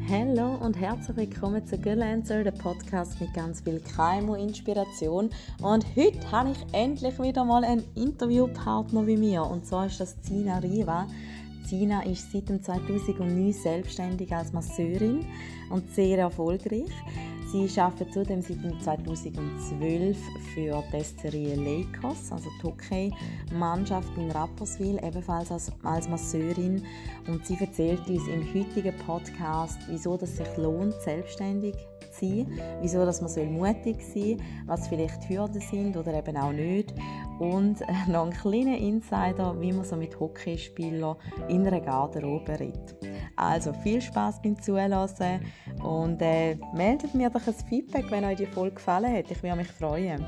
Hallo und herzlich willkommen zu Girl Answer, der Podcast mit ganz viel KMU-Inspiration. Und heute habe ich endlich wieder mal einen Interviewpartner bei mir. Und zwar ist das Zina Riva. Zina ist seit 2009 selbstständig als Masseurin und sehr erfolgreich. Sie arbeitet zudem seit 2012 für die Esterie Lakers, also die Hockey-Mannschaft in Rapperswil, ebenfalls als Masseurin. Und sie erzählt uns im heutigen Podcast, wieso es sich lohnt, selbstständig zu sein, wieso dass man mutig sein soll, was vielleicht Hürden sind oder eben auch nicht. Und noch einen kleinen Insider, wie man so mit Hockeyspielern in einer Garderobe redet. Also viel Spass beim Zuhören und meldet mir doch ein Feedback, wenn euch die Folge gefallen hat. Ich würde mich freuen.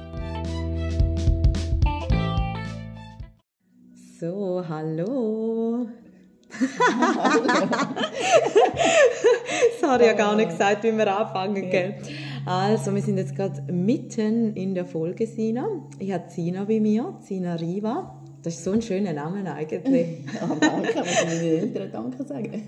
So, hallo. Das habe ich ja gar nicht gesagt, wie wir anfangen. Gell? Also, wir sind jetzt gerade mitten in der Folge, Sina. Ich habe Zina bei mir, Zina Riva. Das ist so ein schöner Name eigentlich. Ja, danke, muss ich meinen Eltern Danke sagen.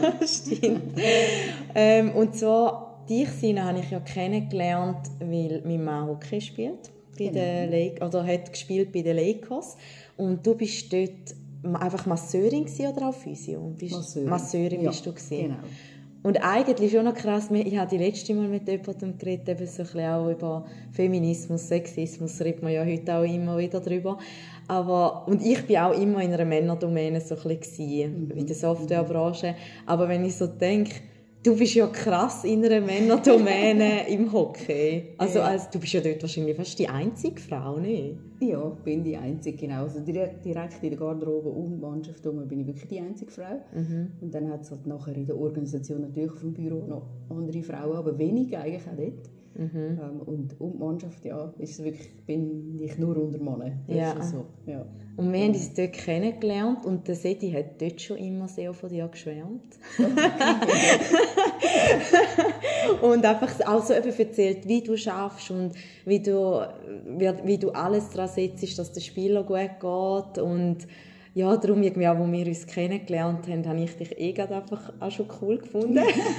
Stimmt. Und zwar, dich, Sina, habe ich ja kennengelernt, weil mein Mann Hockey spielt. Hat gespielt bei den Lakers. Und du bist dort einfach Masseurin oder auch Physio? Masseurin ja, bist du gewesen. Genau. Und eigentlich schon noch krass, ich habe die letzte Mal mit jemandem geredet, eben so ein bisschen auch über Feminismus, Sexismus, redet man ja heute auch immer wieder drüber. Und ich war auch immer in einer Männerdomäne so ein bisschen, in der Softwarebranche. Aber wenn ich so denke, du bist ja krass in einer Männerdomäne im Hockey. Also du bist ja dort wahrscheinlich fast die einzige Frau, nicht? Ja, ich bin die Einzige, genau. Also direkt in der Garderobe und Mannschaft bin ich wirklich die einzige Frau. Und dann hat es halt nachher in der Organisation natürlich auf dem Büro noch andere Frauen, aber wenige eigentlich auch dort. Und die Mannschaft, ja, bin ich nur unter Männern. Ja. So, ja. Und wir haben uns dort kennengelernt und der Seti hat dort schon immer sehr von dir geschwärmt. Und einfach auch so erzählt, wie du schaffst und wie du alles daran setzt, dass der Spieler gut geht. Und ja, darum, irgendwie auch, wo wir uns kennengelernt haben, habe ich dich einfach auch schon cool gefunden.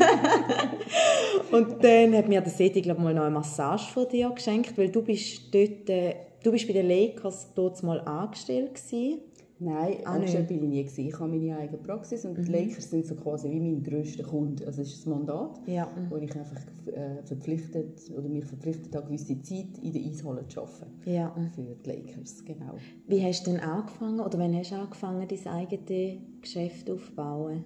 Und dann hat mir der Seti, glaube ich, mal noch eine Massage von dir geschenkt, weil du bist dort, du bist bei den Lakers dort mal angestellt gewesen. Nein, angestellt bin ich nie gewesen. Ich habe meine eigene Praxis und die Lakers sind so quasi wie mein grösster Kunde. Also es ist ein Mandat, wo ich einfach mich verpflichtet habe, gewisse Zeit in der Eishalle zu arbeiten. Für die Lakers, genau. Wie hast du denn angefangen, oder wann hast du angefangen, dein eigenes Geschäft aufzubauen?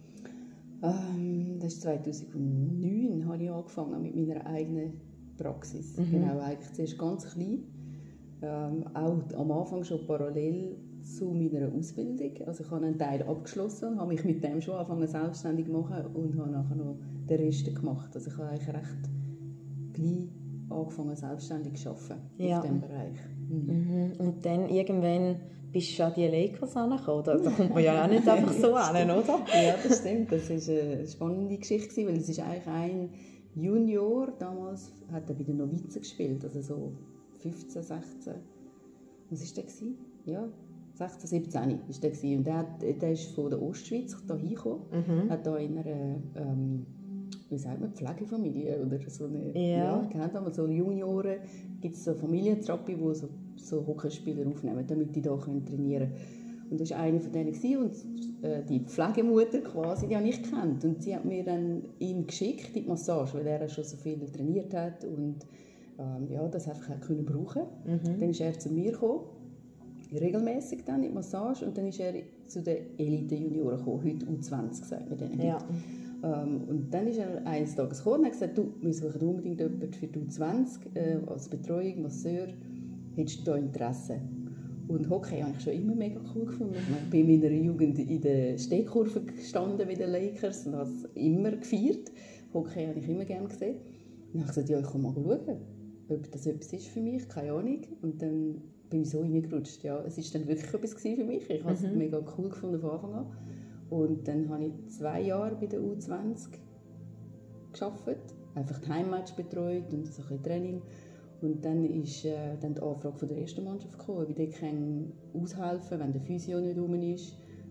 Das ist 2009 habe ich angefangen mit meiner eigenen Praxis. Genau, eigentlich zuerst ganz klein. Auch am Anfang schon parallel zu meiner Ausbildung. Also ich habe einen Teil abgeschlossen, habe mich mit dem schon angefangen selbstständig zu machen und habe nachher noch den Rest gemacht. Also ich habe eigentlich recht gleich angefangen selbstständig zu arbeiten auf diesem Bereich. Und dann irgendwann bist du an die Lakers angekommen? Da kommt man ja auch nicht einfach so an, oder? Ja, das stimmt. Das war eine spannende Geschichte, weil es ist eigentlich ein Junior, damals hat er bei den Novizen gespielt, also so 15, 16. Was war der? Ja, 16, 17 war der. Und der ist von der Ostschweiz hierher gekommen. Hat da in einer, wie sagt man, Pflegefamilie oder so eine, kennt man so Junioren, gibt es so Familientherapie, wo so Hockeyspieler aufnehmen, damit die da trainieren können. Und das war einer von denen. Und die Pflegemutter quasi, die habe ich gekannt. Und sie hat mir dann ihn geschickt in die Massage, weil er schon so viel trainiert hat und das einfach brauchen konnte. Dann ist er zu mir gekommen, regelmäßig dann in die Massage, und dann ist er zu den Elite-Junioren gekommen, heute U20 sagt man denen. Ja. Und dann ist er eines Tages gekommen und hat gesagt, wir suchen unbedingt jemanden für die U20 als Betreuung, Masseur, hättest du da Interesse? Und Hockey habe ich schon immer mega cool gefunden. Ich bin in meiner Jugend in der Stehkurve gestanden bei den Lakers und habe es immer gefeiert. Hockey habe ich immer gerne gesehen. Und dann habe ich gesagt, ich kann mal schauen, ob das etwas ist für mich, keine Ahnung. Und dann bin ich so reingerutscht. Ja, es war dann wirklich etwas für mich. Ich habe es mega cool gefunden von Anfang an. Und dann habe ich 2 Jahre bei der U20 gearbeitet, einfach die Heimmatch betreut und so ein bisschen Training. Und dann ist dann die Anfrage von der ersten Mannschaft gekommen, wie ich aushelfen kann, wenn der Physio nicht rum ist.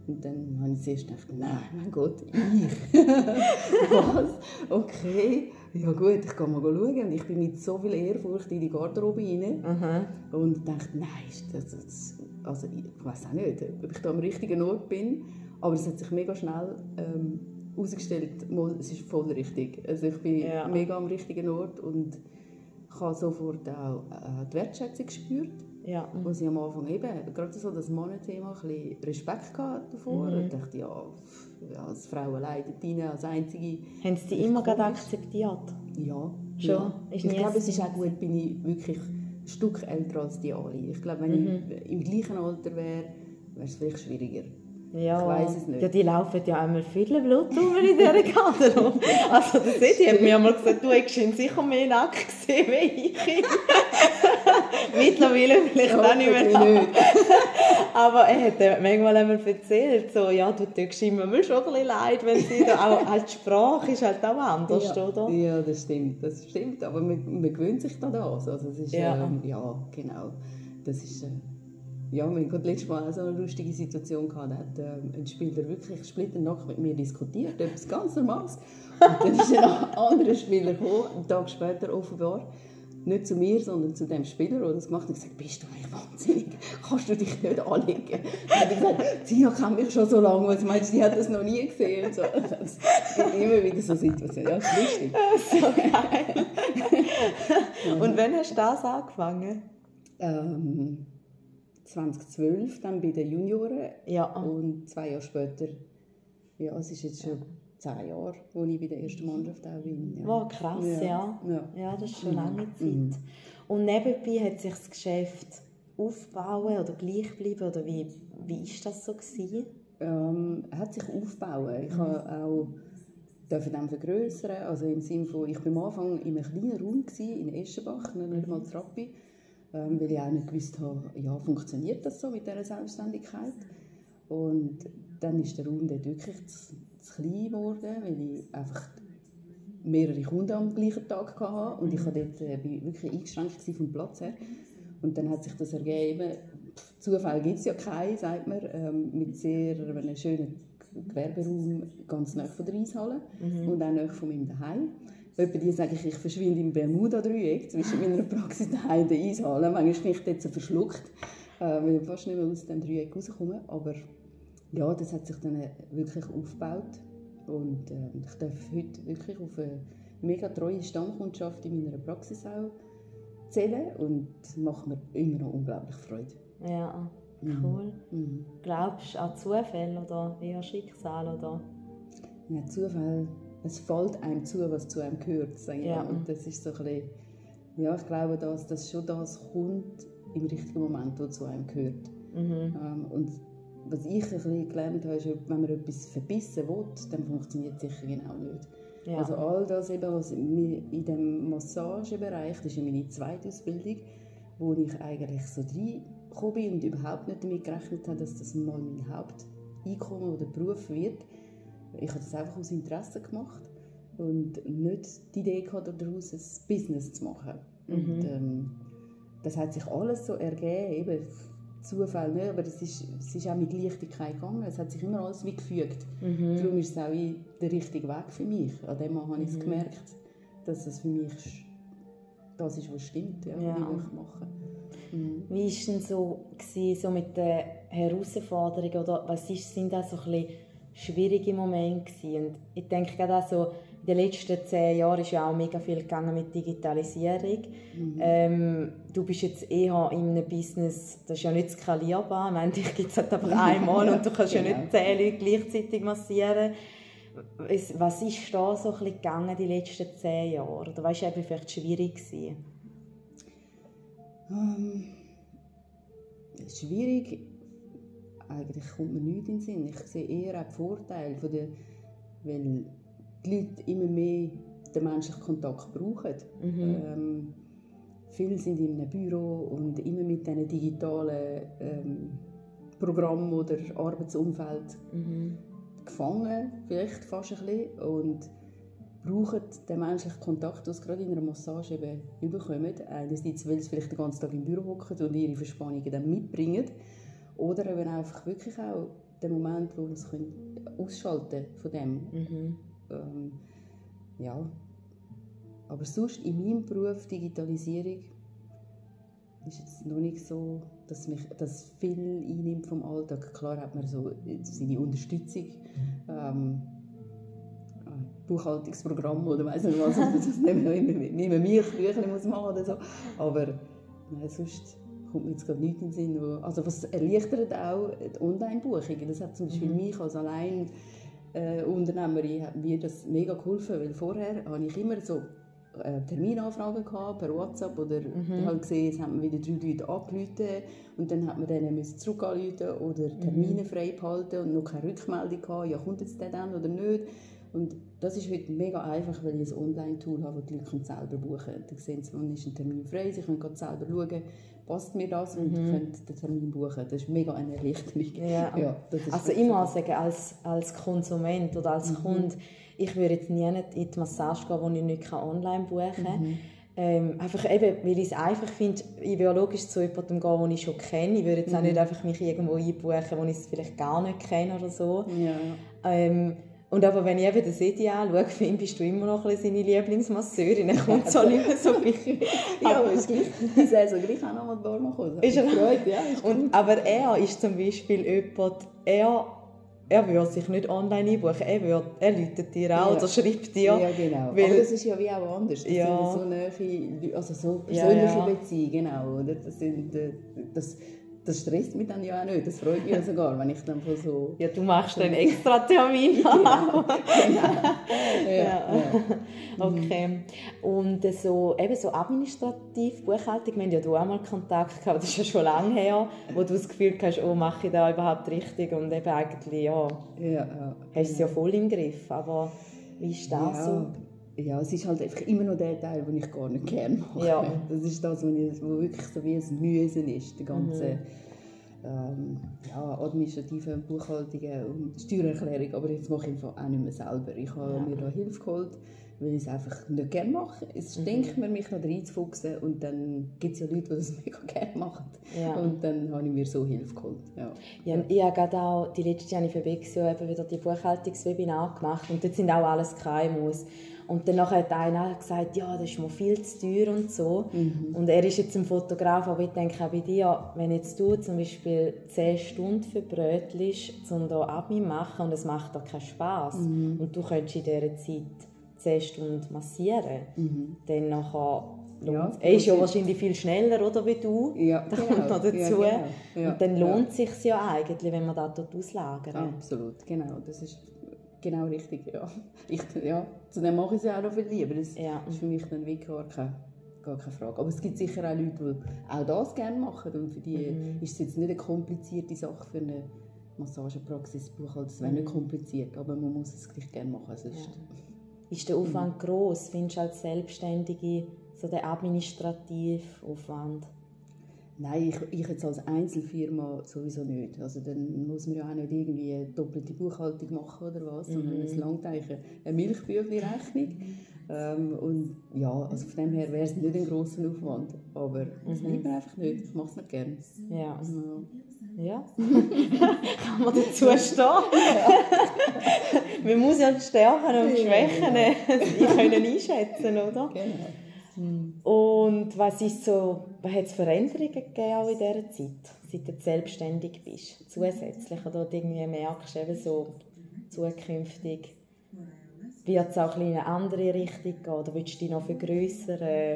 Und dann habe ich zuerst gedacht, nein, mein Gott, ich? Was? Okay, ja gut, ich kann mal schauen. Und ich bin mit so viel Ehrfurcht in die Garderobe rein und dachte, nein, also ich weiß auch nicht, ob ich da am richtigen Ort bin, aber es hat sich mega schnell herausgestellt, es ist voll richtig. Also ich bin mega am richtigen Ort und ich habe sofort auch die Wertschätzung gespürt. Ja. Wo sie am Anfang eben, gerade so das Mannenthema, ein bisschen Respekt davor. Und ich dachte, ja, als Frau allein dort als Einzige. Haben sie die immer gerade akzeptiert? Ja. Schon? Ja. Ich glaube, es ist auch gut, bin ich wirklich ein Stück älter als die alle. Ich glaube, wenn ich im gleichen Alter wäre, wäre es vielleicht schwieriger. Ja. Ich weiss es nicht. Ja, die laufen ja einmal viel Blut rum in dieser Garderobe. Also die hat mir einmal gesagt, du hättest sicher mehr nackt gesehen wie ich. Mittlerweile vielleicht auch nicht mehr nicht. Aber er hat manchmal einmal erzählt, so, ja, du tust immer schon ein bisschen leid, wenn sie da auch, halt die Sprache ist halt auch anders, oder? Ja, das stimmt, aber man gewöhnt sich da das. Also es ist, ja, genau, das ist... Ja, wir hatten letztes Mal auch so eine lustige Situation gehabt. Da hat ein Spieler wirklich splitternackt mit mir diskutiert, etwas ganz Normales. Und dann ist ein anderer Spieler gekommen, einen Tag später offenbar, nicht zu mir, sondern zu dem Spieler, der das gemacht hat, und gesagt, bist du eigentlich wahnsinnig? Kannst du dich nicht anlegen? Dann habe ich gesagt, Tina kennt mich schon so lange, was meinst du, die hat das noch nie gesehen? Und so. Es gibt immer wieder so Situationen. Ja, das ist lustig. So geil. Und wann hast du das angefangen? 2012, dann bei den Junioren und 2 Jahre später, ja, es ist jetzt schon 10 Jahre, als ich bei der ersten Mannschaft auch bin. Ja. Wow, krass, ja. Das ist schon lange Zeit. Und nebenbei hat sich das Geschäft aufbauen oder gleich bleiben, oder wie war das so gewesen? Hat sich aufbauen. Ich habe auch dann vergrössern, also im Sinne von, ich war am Anfang in einem kleinen Raum in Eschenbach, nicht mal in Rappi, weil ich auch nicht gewusst habe, ja, funktioniert das so mit dieser Selbstständigkeit. Und dann ist der Raum dort wirklich zu klein geworden, weil ich einfach mehrere Kunden am gleichen Tag hatte und ich war dort wirklich eingeschränkt vom Platz her. Und dann hat sich das ergeben, Zufall gibt es ja keinen, sagt man, mit einem schönen Gewerberaum ganz nahe von der Eishalle und auch nahe von meinem Zuhause. Etwa die sage ich verschwinde im Bermuda-Dreieck zwischen meiner Praxis daheim und der Eishalle. Manchmal bin ich dort so verschluckt, weil ich fast nicht mehr aus dem Dreieck rauskomme. Aber ja, das hat sich dann wirklich aufgebaut. Und ich darf heute wirklich auf eine mega treue Stammkundschaft in meiner Praxis auch zählen. Und das macht mir immer noch unglaublich Freude. Ja, cool. Glaubst du an Zufälle oder eher Schicksal? Oder? Ja, Zufall. Es fällt einem zu, was zu einem gehört. Ja. Und das ist so ein bisschen, ja, ich glaube, dass schon das kommt im richtigen Moment, wo zu einem gehört. Und was ich ein bisschen gelernt habe, ist, wenn man etwas verbissen will, dann funktioniert es sicher genau nicht. Ja. Also all das, eben, was in dem Massagebereich, das ist ja meine zweite Ausbildung, wo ich eigentlich so reingekommen bin und überhaupt nicht damit gerechnet habe, dass das mal mein Haupteinkommen oder Beruf wird. Ich habe das einfach aus Interesse gemacht und nicht die Idee gehabt, daraus ein Business zu machen. Und das hat sich alles so ergeben, eben Zufall nicht, aber es ist auch mit Leichtigkeit gegangen. Es hat sich immer alles wie gefügt. Darum ist es auch der richtige Weg für mich. An dem habe ich es gemerkt, dass es für mich das ist, was stimmt, ja, was ich mache. Wie war es denn so mit den Herausforderungen? Oder was sind da so ein bisschen schwierige Momente gewesen? Und ich denke gerade auch so, in den letzten 10 Jahren ist ja auch mega viel gegangen mit Digitalisierung. Du bist jetzt eher in einem Business, das ist ja nicht skalierbar. Ich meine, dich gibt es halt einfach einmal und du kannst ja nicht 10 Leute gleichzeitig massieren. Was ist da so ein bisschen gegangen die letzten 10 Jahre? Oder was war eben vielleicht schwierig gewesen? Schwierig? Eigentlich kommt mir nichts in den Sinn. Ich sehe eher auch die Vorteile, weil die Leute immer mehr den menschlichen Kontakt brauchen. Viele sind in einem Büro und immer mit diesen digitalen Programmen oder Arbeitsumfeld gefangen, vielleicht fast ein bisschen, und brauchen den menschlichen Kontakt, den sie gerade in einer Massage eben bekommen. Einerseits, weil sie vielleicht den ganzen Tag im Büro hocken und ihre Verspannungen dann mitbringen. Oder eben einfach wirklich auch den Moment, wo wir es ausschalten von dem. Ja. Aber sonst in meinem Beruf Digitalisierung ist jetzt noch nicht so, dass das viel einnimmt vom Alltag. Klar hat man so seine Unterstützung, Buchhaltungsprogramm oder weiss nicht was, das nicht mehr mit einem Milchbüchlein muss machen oder so. Aber nein, sonst kommt mir jetzt gerade nichts in den Sinn. Was erleichtert auch die Online-Buchungen. Das hat zum Beispiel mich als Alleinunternehmerin hat mir das mega geholfen, weil vorher habe ich immer so Terminanfragen gehabt, per WhatsApp oder ich habe gesehen, es haben mir wieder 3 Leute angerufen und dann hat man denen zurück anrufen oder Termine frei behalten und noch keine Rückmeldung gehabt, ja kommt jetzt der dann oder nicht. Und das ist heute mega einfach, weil ich ein Online-Tool habe, wo die Leute selber buchen können. Da sehen sie, wann ist ein Termin frei, sie können selber schauen, passt mir das und können den Termin buchen. Das ist mega eine Erleichterung. Ja. Ja, das ist also ich muss sagen, als Konsument oder als Kunde, ich würde jetzt nie in die Massage gehen, wo ich nicht online buchen kann. Einfach eben, weil ich es einfach finde, ich will logisch zu jemandem gehen, den ich schon kenne. Ich würde jetzt auch nicht einfach mich irgendwo einbuchen, wo ich es vielleicht gar nicht kenne oder so. Ja. Und aber wenn ich eben den Sedi anschaue, finde bist du immer noch ein bisschen seine Lieblingsmasseurin. Dann kommt es auch nicht mehr so viel. Ja, aber ist gleich, die Saison gleich auch noch mal Bar machen. Ist er gefreut, ja. Aber er ist zum Beispiel jemand, er würde sich nicht online einbuchen, er läutet dir an oder schreibt dir. Ja, genau. Weil, aber das ist ja wie auch anders. Das sind so nahe, also so persönliche Beziehungen, genau. Oder? Das stresst mich dann ja auch nicht. Das freut mich ja sogar, wenn ich dann von so... Ja, du machst einen extra Termin. Genau. Ja. Okay. Und so administrativ, Buchhaltung, wir haben ja auch mal Kontakt gehabt, das ist ja schon lange her, wo du das Gefühl hast, oh, mache ich da überhaupt richtig? Und eben eigentlich, hast du es ja voll im Griff. Aber wie ist das so? Ja, es ist halt einfach immer noch der Teil, den ich gar nicht gerne mache. Ja. Das ist das, wo wirklich so wie ein Müssen ist, die ganze administrative Buchhaltung und Steuererklärung. Aber jetzt mache ich einfach auch nicht mehr selber. Ich habe mir da Hilfe geholt, weil ich es einfach nicht gerne mache. Es stinkt mir, mich noch reinzufuchsen und dann gibt es ja Leute, die das mega gerne machen. Ja. Und dann habe ich mir so Hilfe geholt. Ja, ich habe gerade auch die letzte Jahr für Bexio eben wieder die Buchhaltungswebinar gemacht und dort sind auch alles KMUs. Und dann hat einer gesagt, ja, das ist mir viel zu teuer und so. Und er ist jetzt ein Fotograf, aber ich denke auch bei dir, wenn jetzt du zum Beispiel 10 Stunden verbrötelst, um da Admin machen und es macht dir keinen Spass und du könntest in dieser Zeit 10 Stunden massieren, dann nachher er ist ja wahrscheinlich viel schneller, oder, wie du. Ja, da kommt noch dazu. Ja, genau. Und dann lohnt es sich ja eigentlich, wenn man das dort auslagert. Absolut, genau. Das ist genau richtig, ja. Zu dem mache ich es ja auch noch viel lieber. Das ist für mich dann wirklich gar keine Frage. Aber es gibt sicher auch Leute, die auch das gerne machen. Und für die ist es jetzt nicht eine komplizierte Sache für eine Massagepraxis. Das wäre nicht kompliziert, aber man muss es gleich gerne machen. Ist der Aufwand gross? Findest du als Selbstständige so den Administrativaufwand? Nein, ich jetzt als Einzelfirma sowieso nicht. Also dann muss man ja auch nicht irgendwie eine doppelte Buchhaltung machen oder was, sondern es langt eigentlich eine Milchbüchli-Rechnung. Und ja, also von dem her wäre es nicht ein grosser Aufwand. Aber es liebt mir einfach nicht. Ich mache es nicht gerne. Ja. Kann man dazu stehen? Man muss ja die Stärken und Schwächen einschätzen, oder? Genau. Und was hat es Veränderungen gegeben auch in dieser Zeit, seit du selbstständig bist, zusätzlich? Oder irgendwie merkst du eben so zukünftig, wird es auch in eine andere Richtung gehen oder willst du dich noch vergrössern?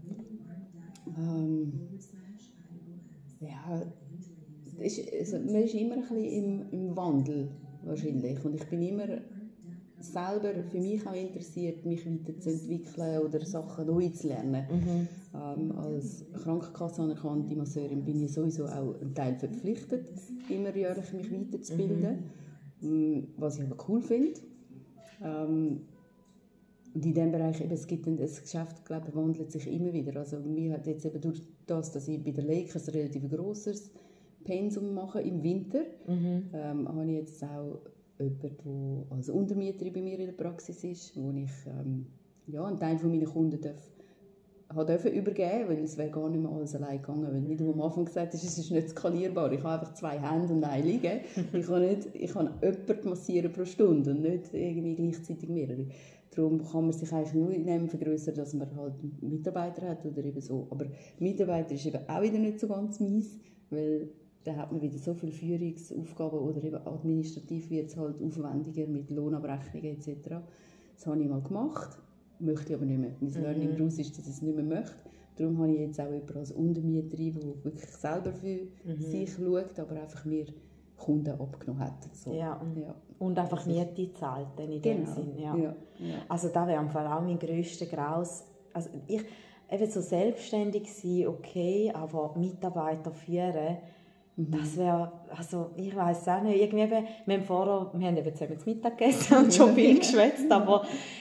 Man ist immer ein bisschen im Wandel wahrscheinlich und ich bin immer selber für mich auch interessiert, mich weiterzuentwickeln oder Sachen neu zu lernen. Als Krankenkasse anerkannte Masseurin bin ich sowieso auch ein Teil verpflichtet, immer jährlich mich weiterzubilden, was ich aber cool finde. Und in diesem Bereich, das Geschäft, glaube ich, wandelt sich immer wieder. Also mir hat jetzt eben durch das, dass ich bei der Lake ein relativ grosses Pensum mache im Winter, habe ich jetzt auch jemand, der als Untermieter bei mir in der Praxis ist, wo ich einen Teil von meinen Kunden habe übergeben, weil es wäre gar nicht mehr alles allein gegangen. Weil, wie du am Anfang gesagt hast, es ist nicht skalierbar. Ich habe einfach 2 Hände und eine liegen. Ich kann jemanden massieren pro Stunde und nicht irgendwie gleichzeitig mehrere. Darum kann man sich eigentlich nur in dem vergrößern, dass man halt Mitarbeiter hat oder eben so. Aber Mitarbeiter ist eben auch wieder nicht so ganz mies, weil da hat man wieder so viele Führungsaufgaben oder eben administrativ wird es halt aufwendiger mit Lohnabrechnungen etc. Das habe ich mal gemacht, möchte ich aber nicht mehr. Mein Learning daraus ist, dass ich es nicht mehr möchte. Darum habe ich jetzt auch jemanden als Untermieterin, der wirklich selber für sich schaut, aber einfach mir Kunden abgenommen hat. So. Ja. Und einfach Miete zahlt dann in dem Sinn. Ja. Also das wäre am Fall auch mein grösster Graus. Also ich eben so selbstständig sein, okay, aber Mitarbeiter führen, das wäre, also ich weiss auch nicht, irgendwie, wir haben eben zusammen zu Mittag gegessen und schon viel geschwätzt, aber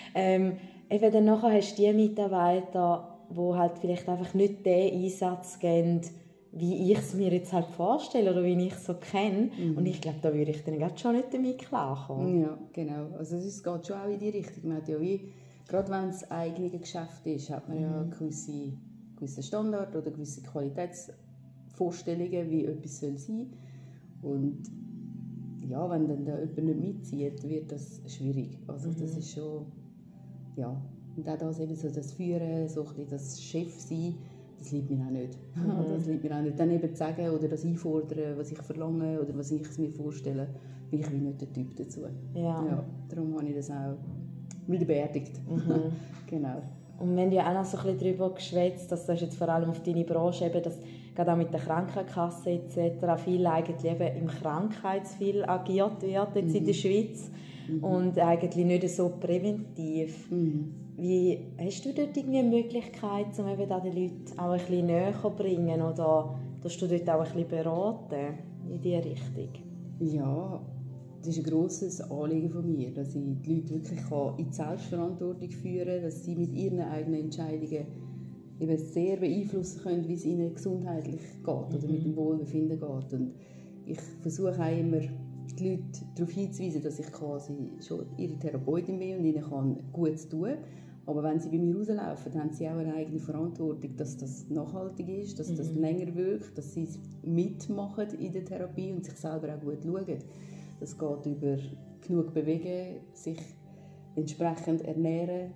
eben dann nachher hast du die Mitarbeiter, die halt vielleicht einfach nicht den Einsatz geben, wie ich es mir jetzt halt vorstelle oder wie ich es so kenne. Und ich glaube, da würde ich dann gerade schon nicht damit klarkommen. Ja, genau. Also es geht schon auch in die Richtung. Man hat ja wie, gerade wenn es eigene Geschäft ist, hat man ja gewisse Standard oder gewisse Qualitätsvorstellungen, wie etwas soll sein. Und ja, wenn dann da jemand nicht mitzieht, wird das schwierig. Also das ist schon, ja. Und auch das eben so das Führen, so ein bisschen das Chef sein, das liegt mir auch nicht. Das liegt mir auch nicht. Dann eben zu sagen oder das einfordern, was ich verlange oder was ich mir vorstelle, bin ich wie nicht der Typ dazu. Ja, darum habe ich das auch wieder beerdigt. Genau. Und wir haben ja auch noch so ein bisschen darüber geschwätzt, dass das jetzt vor allem auf deine Branche eben, dass gerade auch mit der Krankenkasse etc. viel eigentlich eben im Krankheitsfall agiert wird jetzt in der Schweiz und eigentlich nicht so präventiv. Wie, hast du dort irgendwie eine Möglichkeit, um eben den Leuten auch ein bisschen näher zu bringen oder dass du dort auch ein bisschen beraten in diese Richtung? Ja, das ist ein grosses Anliegen von mir, dass ich die Leute wirklich in die Selbstverantwortung führen kann, dass sie mit ihren eigenen Entscheidungen eben sehr beeinflussen können, wie es ihnen gesundheitlich geht oder mit dem Wohlbefinden geht. Und ich versuche auch immer, die Leute darauf hinzuweisen, dass ich quasi schon ihre Therapeutin bin und ihnen Gutes tun kann. Aber wenn sie bei mir rauslaufen, haben sie auch eine eigene Verantwortung, dass das nachhaltig ist, dass das länger wirkt, dass sie es mitmachen in der Therapie und sich selber auch gut schauen. Das geht über genug bewegen, sich entsprechend ernähren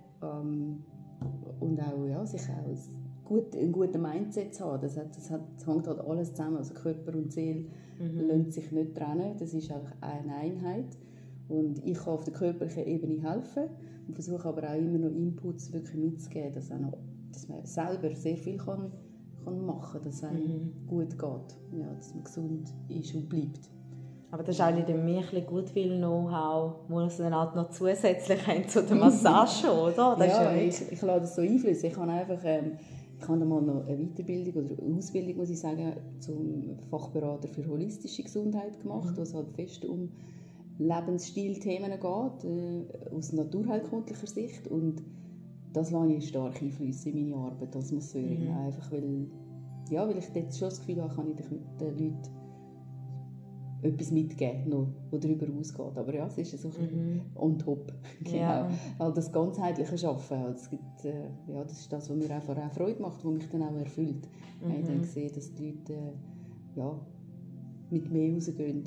und auch, sich auch ein gutes Mindset zu haben. Das hängt halt alles zusammen. Also Körper und Seele lassen sich nicht trennen. Das ist eigentlich eine Einheit. Und ich kann auf der körperlichen Ebene helfen und versuche aber auch immer noch Inputs wirklich mitzugeben, dass man selber sehr viel kann machen kann, dass es einem gut geht, ja, dass man gesund ist und bleibt. Aber das ist eigentlich dann mir gut viel Know-how, das sie dann halt noch zusätzlich haben zu der Massage, oder? Das ja, ich lasse das so einfließen. Ich habe mal noch eine Weiterbildung oder eine Ausbildung, muss ich sagen, zum Fachberater für holistische Gesundheit gemacht, wo es halt fest um Lebensstilthemen geht, aus naturheilkundlicher Sicht. Und das lasse ich stark einfließen in meine Arbeit als Masseurin. Einfach weil ich dort schon das Gefühl habe, kann ich den Leuten etwas mitgeben, noch, was darüber ausgeht. Aber ja, es ist so ein on top. Genau. Ja. Also das ganzheitliche Arbeiten. Es gibt, das ist das, was mir einfach auch Freude macht, was mich dann auch erfüllt. Wenn ich dann sehe, dass die Leute mit mehr rausgehen.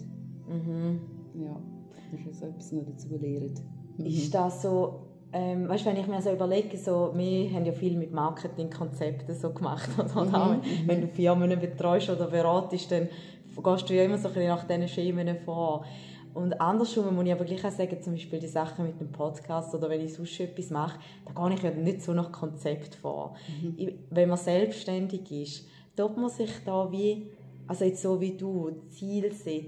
Ja, das ist so etwas noch dazu lernen. Ist das so, weißt, wenn ich mir so überlege, wir haben ja viel mit Marketingkonzepten so gemacht. Oder? Wenn du Firmen betreust oder beratest, dann gehst du ja immer so ein bisschen nach diesen Schemen vor. Und andersrum muss ich aber gleich auch sagen, zum Beispiel die Sachen mit dem Podcast oder wenn ich sonst etwas mache, da gehe ich ja nicht so nach Konzept vor. Wenn man selbstständig ist, tut man sich da also jetzt so wie du, Ziel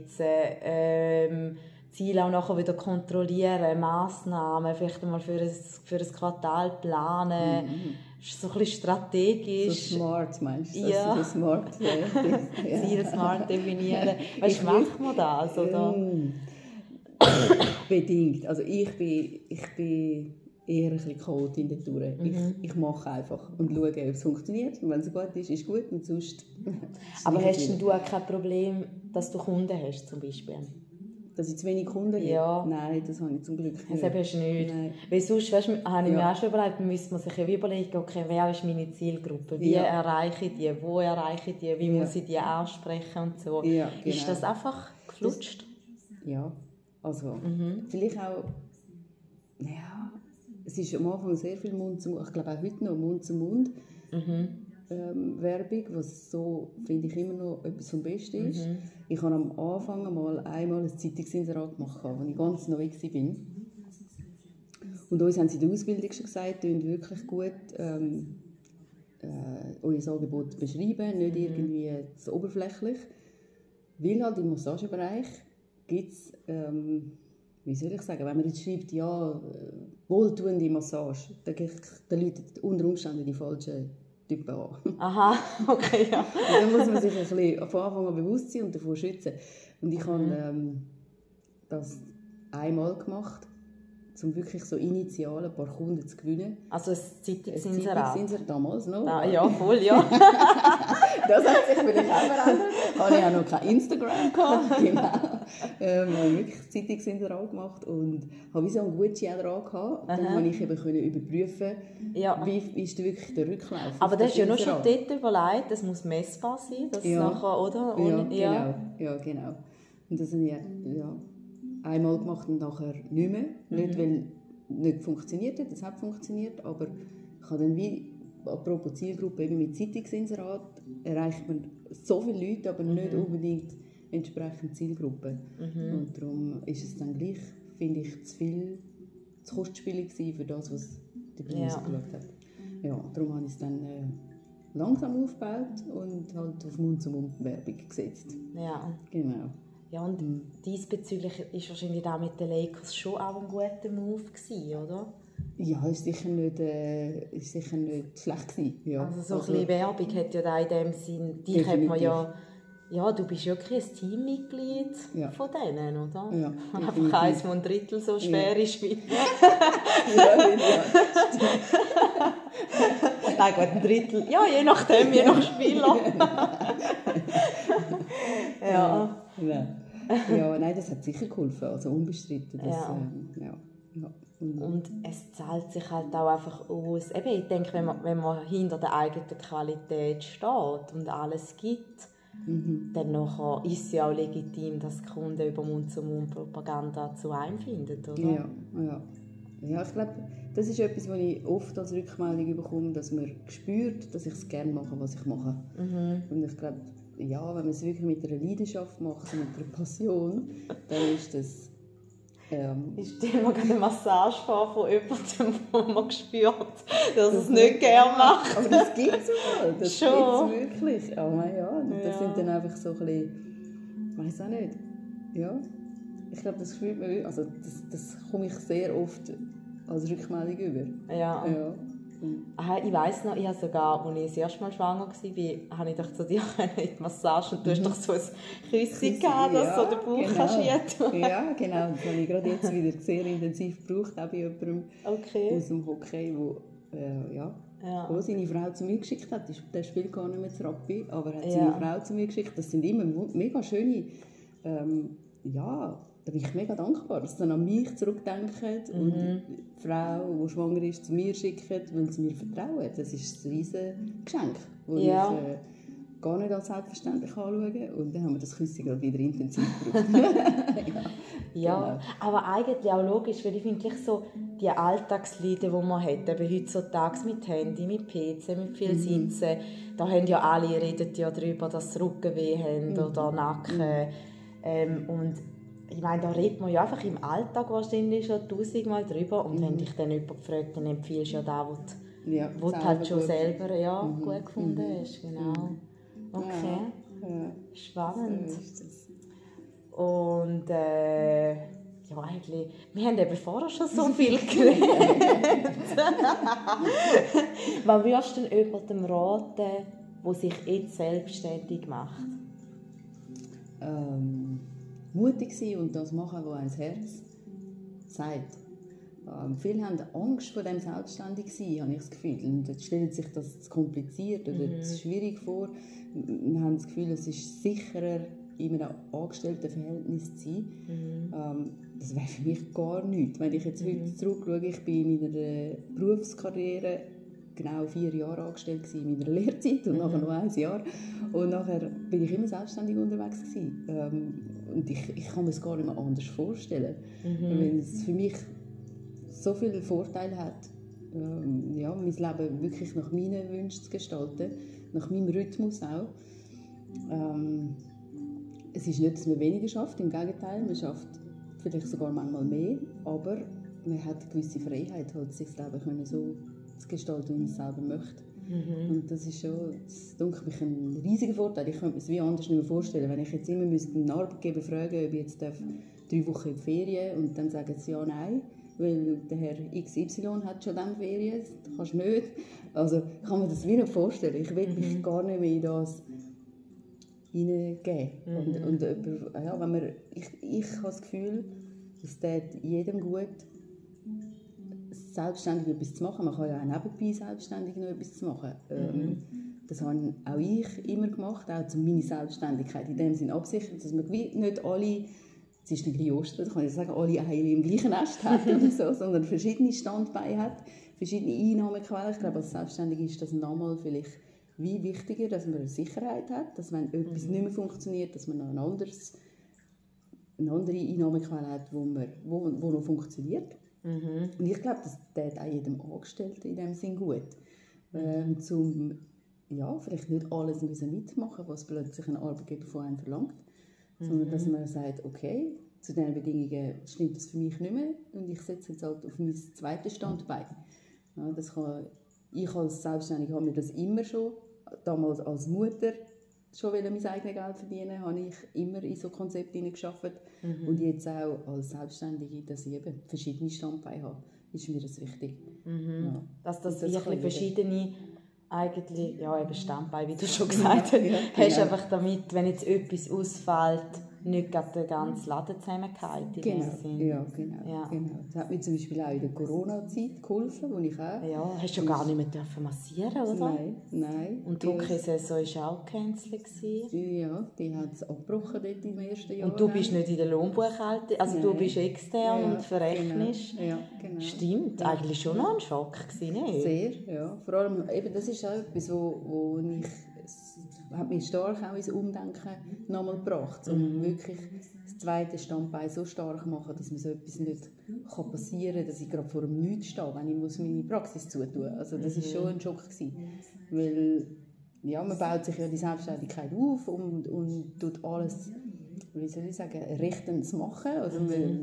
setzen, Ziele auch nachher wieder kontrollieren, Massnahmen, vielleicht einmal für ein Quartal planen, so ein bisschen strategisch. So smart meinst du? Ja. So smart. Ziel smart definieren. Weißt du, macht man das, oder? Bedingt. Also ich bin eher ein bisschen kalt in der Tour. Ich mache einfach und schaue, ob es funktioniert. Und wenn es gut ist, ist gut und sonst... Aber hast du auch kein Problem, dass du Kunden hast, zum Beispiel? Dass ich zu wenig Kunden habe? Ja. Nein, das habe ich zum Glück nicht. Das hast du nicht. Nein. Weil sonst, weißt, habe ich mir auch schon überlegt, müsste man sich ja überlegen, okay, wer ist meine Zielgruppe? Wie erreiche ich die? Wo erreiche ich die? Wie muss ich die ansprechen und so? Ja, genau. Ist das einfach geflutscht? Ja, also vielleicht auch, ja, es ist am Anfang sehr viel Mund zu Mund, ich glaube auch heute noch Mund zu Mund Werbung, was so, finde ich, immer noch etwas vom Besten ist. Ich habe am Anfang einmal ein Zeitungsinserat gemacht, als ich ganz neu war. Und uns haben sie in der Ausbildung schon gesagt, ihr wirklich gut euer Angebot beschreiben, nicht irgendwie zu oberflächlich. Weil halt im Massagebereich gibt es, wie soll ich sagen, wenn man jetzt schreibt, ja, wohltuende Massage, dann läutet unter Umständen die falschen Typen an. Aha, okay, ja. Und dann muss man sich ein bisschen von Anfang an bewusst sein und davor schützen. Und ich habe das einmal gemacht, um wirklich so initial ein paar Kunden zu gewinnen. Also ein Zeitungsinserat? Zeitungsinserat damals noch. Ah, ja, voll, ja. Das hat sich vielleicht auch verändert. Habe ich auch noch kein Instagram gehabt. Genau. Habe wirklich ein Zeitungsinserat gemacht und habe wie so einen Gutschein dran gehabt. Dann konnte ich eben überprüfen, wie ist wirklich der Rücklauf. Aber das ist ja noch schon dort überlegt, das muss messbar sein, dass nachher, oder? Ja, genau. Und das habe ich einmal gemacht und nachher nicht mehr. Nicht, weil nicht funktioniert hat, das hat funktioniert, aber ich habe dann wie, apropos Zielgruppe, eben mit Zeitungsinserat erreicht man so viele Leute, aber nicht unbedingt entsprechend Zielgruppe. Und darum ist es dann gleich, finde ich, zu kostspielig für das, was die Branche geschaut hat. Ja, darum habe ich es dann langsam aufgebaut und halt auf Mund-zu-Mund-Werbung gesetzt. Ja. Genau. Ja, und diesbezüglich ist wahrscheinlich auch mit den Lakers schon auch ein guter Move gewesen, oder? Ja, ist sicher nicht schlecht gewesen. Ja. Also so ein bisschen Werbung hat ja da in dem Sinn, dich hat man ja, du bist wirklich ein Teammitglied von denen, oder? Ja, einfach 1/3 so schwer ist wie... Nein, gut, 1/3. Ja, je nachdem, je nach Spieler. Ja. Ja, nein, das hat sicher geholfen, also unbestritten. Das, Und es zahlt sich halt auch einfach aus. Eben, ich denke, wenn man hinter der eigenen Qualität steht und alles gibt, dann nachher ist es ja auch legitim, dass die Kunden über Mund-zu-Mund-Propaganda zu einem finden, oder? Ja, ich glaube, das ist etwas, was ich oft als Rückmeldung bekomme, dass man spürt, dass ich es gerne mache, was ich mache. Und ich glaube, ja, wenn man es wirklich mit einer Leidenschaft macht, mit einer Passion, dann ist das... Ich stelle mir gerade eine Massage vor von jemandem, wo man spürt, dass es nicht gerne macht. Aber das gibt es mal, das gibt es wirklich. Aber das sind dann einfach so ein bisschen, ich weiss auch nicht, ja. Ich glaube, das spürt man, also das komme ich sehr oft als Rückmeldung über. Ja. Ich weiss noch, ich habe sogar, als ich das erste Mal schwanger war, habe ich doch zu dir in die Massage und du hast doch so ein Küsschen gehabt, dass so den Bauch kannst. Ja, genau. Das habe ich gerade jetzt wieder sehr intensiv gebraucht, auch bei jemandem aus dem Hockey, wo seine Frau zu mir geschickt hat. Der spielt gar nicht mehr zu Rugby, aber hat seine Frau zu mir geschickt. Das sind immer mega schöne, da bin ich mega dankbar, dass sie dann an mich zurückdenken und die Frau, die schwanger ist, zu mir schicken, weil sie mir vertrauen. Das ist ein riesiges Geschenk, das ich gar nicht als selbstverständlich anschaue. Und dann haben wir das Küssen gerade wieder intensiv gebraucht. Genau. Aber eigentlich auch logisch, weil ich finde, so die Alltagsleiden, die man hat, eben heutzutage mit Handy, mit PC, mit viel Sitzen, da haben ja alle, reden ja darüber, dass sie Rückenweh haben oder Nacken. Und ich meine, da redet man ja einfach im Alltag wahrscheinlich schon 1000-mal drüber. Und wenn dich dann jemand fragt, dann empfiehlst du ja das, was du halt schon selber gut gefunden hast. Genau. Okay. Ja. Spannend. So ist das. Und eigentlich, wir haben eben vorher schon so viel geredet. Was würdest du denn jemandem raten, der sich jetzt selbstständig macht? Mutig sein und das machen, was einem das Herz sagt. Viele haben Angst vor dem Selbstständigsein, habe ich das Gefühl. Und jetzt stellen sich das zu kompliziert oder zu schwierig vor. Wir haben das Gefühl, es ist sicherer, in einem Angestelltenverhältnis zu sein. Das wäre für mich gar nichts. Wenn ich jetzt heute zurückschaue, ich bin in meiner Berufskarriere genau 4 Jahre angestellt gewesen, in meiner Lehrzeit und nachher noch 1 Jahr. Und nachher bin ich immer selbstständig unterwegs gewesen. Und ich kann mir es gar nicht mehr anders vorstellen, weil es für mich so viele Vorteile hat, mein Leben wirklich nach meinen Wünschen zu gestalten, nach meinem Rhythmus auch. Es ist nicht, dass man weniger schafft, im Gegenteil, man schafft vielleicht sogar manchmal mehr, aber man hat eine gewisse Freiheit, halt, sich das Leben so zu gestalten, wie man es selber möchte. Und das ist schon, das denke ich, ein riesiger Vorteil. Ich könnte mir es wie anders nicht mehr vorstellen, wenn ich jetzt immer einen Arbeitgeber fragen ob ich jetzt 3 Wochen in die Ferien und dann sagen sie ja, nein, weil der Herr XY hat schon dann Ferien, das kannst du nicht. Also ich kann mir das wie nicht vorstellen. Ich will mich gar nicht mehr in das hineingeben. Und wenn man, ich habe das Gefühl, es tut jedem gut, selbstständig etwas zu machen. Man kann ja auch nebenbei selbstständig noch etwas zu machen. Das habe auch ich immer gemacht, auch zu meiner Selbstständigkeit. In dem Sinne absichern, dass man nicht alle, es ist nicht Ostern, da kann ich sagen, alle Eier im gleichen Nest hat oder so, sondern verschiedene Standbeine hat, verschiedene Einnahmequellen. Ich glaube, als Selbstständig ist das nochmal vielleicht wie wichtiger, dass man eine Sicherheit hat, dass wenn etwas nicht mehr funktioniert, dass man noch eine andere Einnahmequelle hat, wo noch funktioniert. Und ich glaube, das tut auch jedem Angestellten in dem Sinn gut. Vielleicht nicht alles mitmachen, was plötzlich ein Arbeitgeber von einem verlangt, sondern dass man sagt, okay, zu diesen Bedingungen stimmt das für mich nicht mehr und ich setze jetzt halt auf mein zweites Standbein. Ja, ich als Selbstständige habe mir das immer schon, damals als Mutter, schon mein eigenes Geld verdienen, habe ich immer in so Konzepte hineingearbeitet. Und jetzt auch als Selbstständige, dass ich eben verschiedene Standbeine habe, ist mir das wichtig. Ja. Dass das wirklich verschiedene eigentlich, eben Standbeine, wie du schon gesagt hast, hast einfach damit, wenn jetzt etwas ausfällt, nicht gerade der ganze Laden zusammengehalten. Genau. Das hat mir zum Beispiel auch in der Corona-Zeit geholfen, wo ich auch... Ja, hast du gar nicht mehr massieren, oder? Nein. Und die Hockey-Saison war auch gecancelt. Ja, die hat es abgebrochen dort im ersten Jahr. Und du bist nicht in der Lohnbuchhaltung, also du bist extern und verrechnest. Genau. Stimmt, eigentlich schon noch ein Schock gewesen, nicht? Sehr, ja. Vor allem, eben, das ist auch etwas, wo hat mich stark auch ins Umdenken nochmal gebracht, um wirklich das zweite Standbein so stark machen, dass mir so etwas nicht passieren kann, dass ich gerade vor dem Nichts stehe, wenn ich meine Praxis zutun muss. Also das war schon ein Schock gewesen, weil man baut sich ja die Selbstständigkeit auf und tut alles, wie soll ich sagen, rechtens machen. Also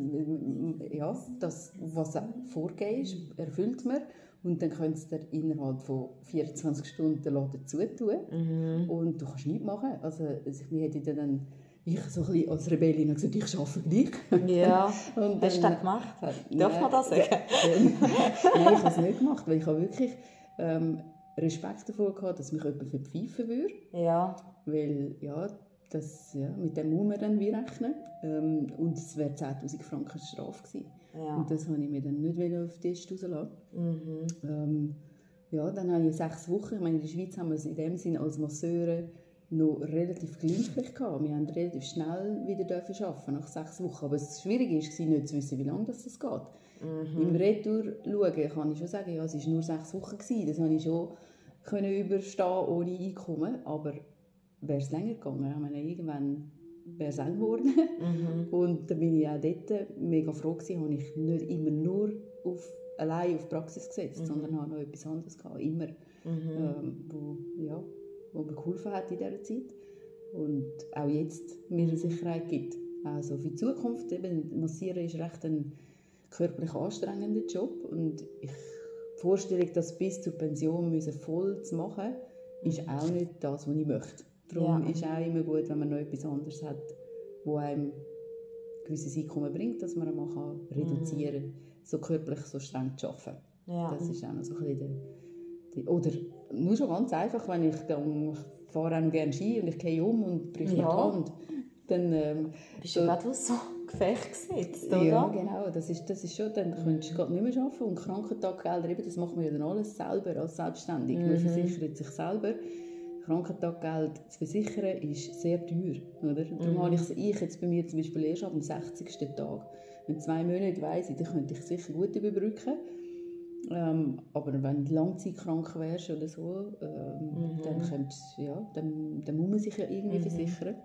das, was vorgegeben ist, erfüllt man. Und dann könntest du innerhalb von 24 Stunden den Laden zutun. Und du kannst nichts machen. Also ich so ein bisschen als Rebellin gesagt, ich arbeite gleich. Ja, und hast du das gemacht? Darf man das sagen? Nein, ich habe es nicht gemacht, weil ich habe wirklich Respekt davor gehabt, dass mich jemand verpfeifen würde. Ja. Weil, mit dem muss man dann wie rechnen. Und es wäre 10'000 Franken Strafe gewesen. Ja. Und das wollte ich mir dann nicht auf den Tisch rauslassen. Dann habe ich 6 Wochen, ich meine, in der Schweiz haben wir es in dem Sinne als Masseure noch relativ glimpflich gehabt. Wir haben relativ schnell wieder arbeiten nach 6 Wochen. Aber das Schwierige war, nicht zu wissen, wie lange das geht. Im Retour schauen kann ich schon sagen, es war nur 6 Wochen gewesen. Das konnte ich schon überstehen ohne Einkommen. Aber wäre es länger gegangen, ich meine, irgendwann wäre es eng geworden. Und dann bin ich auch dort mega froh gewesen, habe ich nicht immer nur allein auf Praxis gesetzt, sondern habe noch etwas anderes gehabt, immer, wo mir geholfen hat in dieser Zeit und auch jetzt mir eine Sicherheit gibt. Also für die Zukunft, eben, Massieren ist recht ein körperlich anstrengender Job und die Vorstellung, das bis zur Pension voll zu machen, ist auch nicht das, was ich möchte. Darum ist es auch immer gut, wenn man noch etwas anderes hat, das einem ein gewisses Einkommen bringt, dass man einmal reduzieren kann, so körperlich so streng zu arbeiten. Ja. Das ist auch noch so ein bisschen oder nur schon ganz einfach, wenn ich fahre auch noch gerne Ski und ich gehe und breche mir die Hand. Dann bist du gerade aus so Gefecht gesetzt, oder? Ja, genau. Das ist schon, dann könntest du gerade nicht mehr arbeiten. Und Krankentaggelder, das macht man ja dann alles selber als selbstständig. Man versichert sich selber. Krankentaggeld zu versichern ist sehr teuer. Oder? Darum habe ich jetzt bei mir zum Beispiel erst ab dem 60. Tag. In 2 Monaten weiss ich, dann könnte ich sicher gut überbrücken. Aber wenn du langzeitkrank wärst oder so, dann muss man sich ja irgendwie versichern.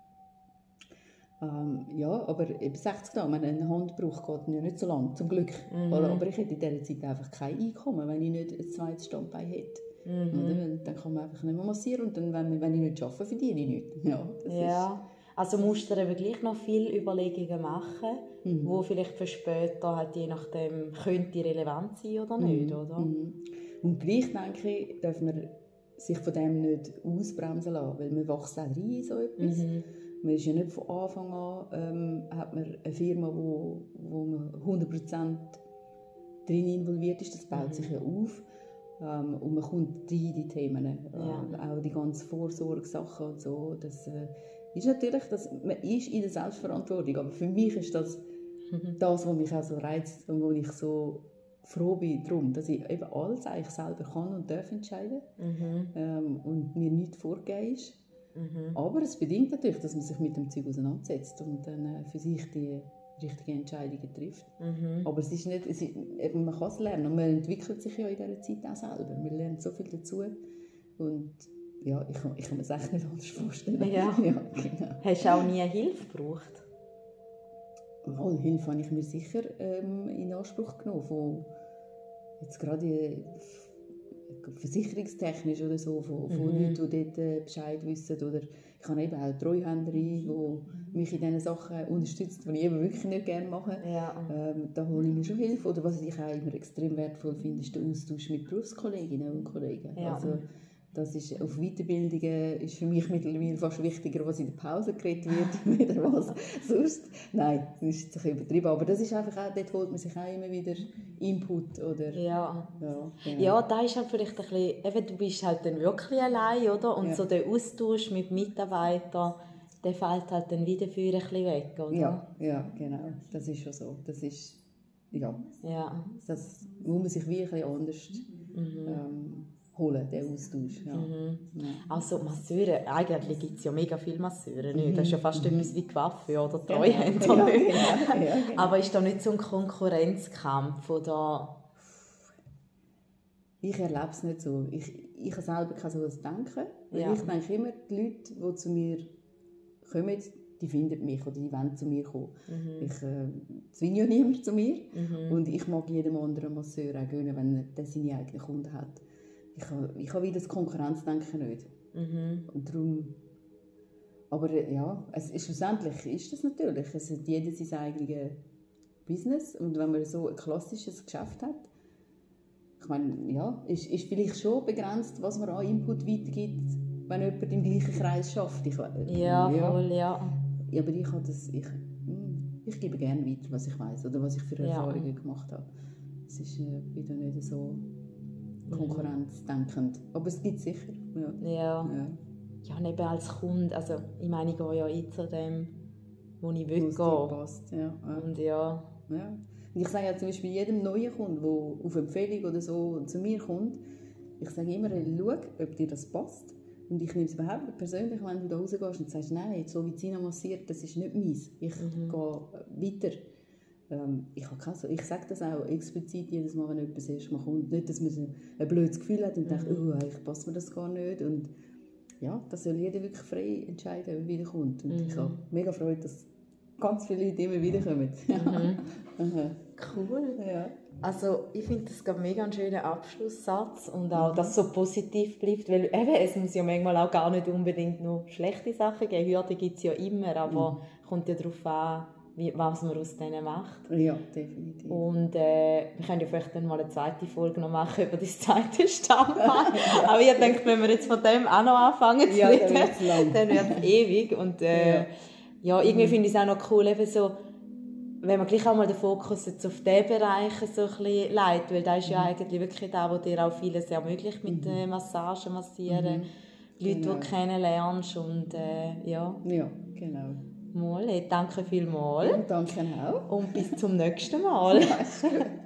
Aber eben 60 Tage, ein Handbruch geht ja nicht so lang, zum Glück. Aber ich hätte in dieser Zeit einfach kein Einkommen, wenn ich nicht ein zweites Standbein hätte. Oder? Dann kann man einfach nicht mehr massieren und dann, wenn ich nicht arbeite, verdiene ich nichts. Also musst du dir aber gleich noch viele Überlegungen machen, wo vielleicht für später halt je nachdem könnte relevant sein oder nicht, oder? Und gleich denke ich, darf man sich von dem nicht ausbremsen lassen, weil man wächst auch rein in so etwas. Man ist ja nicht von Anfang an, hat man eine Firma, wo man 100% drin involviert ist, das baut sich ja auf. Und man kommt rein in die Themen, auch die ganzen Vorsorgesachen und so. Das ist natürlich, man ist in der Selbstverantwortung, aber für mich ist das, was mich auch so reizt und wo ich so froh bin darum, dass ich eben alles eigentlich selber kann und darf entscheiden und mir nichts vorgegeben ist. Aber es bedingt natürlich, dass man sich mit dem Zeug auseinandersetzt und dann für sich die richtigen Entscheidungen trifft. Aber es ist nicht, eben, man kann es lernen und man entwickelt sich ja in dieser Zeit auch selber. Man lernt so viel dazu und ja, ich kann mir das echt nicht anders vorstellen. Ja. Genau. Hast du auch nie Hilfe gebraucht? Mal Hilfe habe ich mir sicher in Anspruch genommen, von jetzt gerade versicherungstechnisch oder so, von Leuten, die dort Bescheid wissen. Oder ich habe eben auch Treuhänderin, die mich in diesen Sachen unterstützt, die ich eben wirklich nicht gerne mache. Da hole ich mir schon Hilfe. Oder was ich auch immer extrem wertvoll finde, ist der Austausch mit Berufskolleginnen und Kollegen. Also, das ist, auf Weiterbildungen ist für mich mittlerweile fast wichtiger, was in der Pause geredet wird, wieder was sonst. Nein, das ist jetzt ein bisschen übertrieben, aber das ist einfach auch, dort holt man sich auch immer wieder Input, oder? Genau. Da ist halt vielleicht ein bisschen, eben, du bist halt dann wirklich allein, oder? Und so der Austausch mit Mitarbeitern, der fällt halt dann wieder für ein bisschen weg, oder? Ja, genau, das ist schon so. Das ist, das muss man sich wie ein bisschen anders holen, den Austausch. Also Masseure, eigentlich gibt es ja mega viele Masseure, nicht? Das ist ja fast etwas wie Coiffeur oder Treuhänder. Genau. Aber ist da nicht so ein Konkurrenzkampf? Oder? Ich erlebe es nicht so. Ich habe selber kein solches Denken. Ich denke immer, die Leute, die zu mir kommen, die finden mich oder die wollen zu mir kommen. Ich zwinge ja niemand zu mir. Und ich mag jedem anderen Masseur auch gönnen, wenn er seine eigenen Kunden hat. Ich habe wieder das Konkurrenzdenken nicht. Und darum, aber schlussendlich ist das natürlich. Es hat jeder sein eigenes Business. Und wenn man so ein klassisches Geschäft hat, ich meine, ist vielleicht schon begrenzt, was man an Input weitergibt, wenn jemand im gleichen Kreis schafft. Voll. Aber ich gebe gerne weiter, was ich weiss oder was ich für Erfahrungen gemacht habe. Es ist wieder nicht so konkurrenzdenkend. Aber es gibt sicher. Ja, neben als Kunde. Also, ich meine, ich gehe ja zu dem, wo ich will gehen. Passt. Und Und ich sage ja zum Beispiel jedem neuen Kunden, der auf Empfehlung oder so zu mir kommt, ich sage immer, schau, ob dir das passt. Und ich nehme es überhaupt nicht persönlich, wenn du da rausgehst und sagst, nein, so wie Zina massiert, das ist nicht meins. Ich gehe weiter. Ich sage das auch explizit jedes Mal, wenn jemand das erste Mal kommt. Nicht, dass man ein blödes Gefühl hat und denkt, eigentlich passt mir das gar nicht. Und ja, das soll jeder wirklich frei entscheiden, wenn er wiederkommt. Und ich habe mega Freude, dass ganz viele Leute immer wiederkommen. Cool. Ja. Also ich finde das mega ein schöner Abschlusssatz und auch, dass es so positiv bleibt, weil eben, es muss ja manchmal auch gar nicht unbedingt nur schlechte Sachen geben. Hürden gibt es ja immer, aber kommt ja darauf an, was man aus denen macht. Ja, definitiv. Und wir können ja vielleicht dann mal eine zweite Folge noch machen über das zweite Stammbein. Aber ich denke, wenn wir jetzt von dem auch noch anfangen zu reden, dann wird es ewig. Und irgendwie finde ich es auch noch cool, eben so, wenn man gleich auch mal den Fokus jetzt auf diesen Bereich so ein bisschen legt, weil das ist ja eigentlich wirklich da, wo dir auch vieles ermöglicht mit Massagen, Massieren, Leute, die du kennenlernst und Ja, genau. Mal, danke vielmals. Und danke auch. Und bis zum nächsten Mal. Ja, ist gut.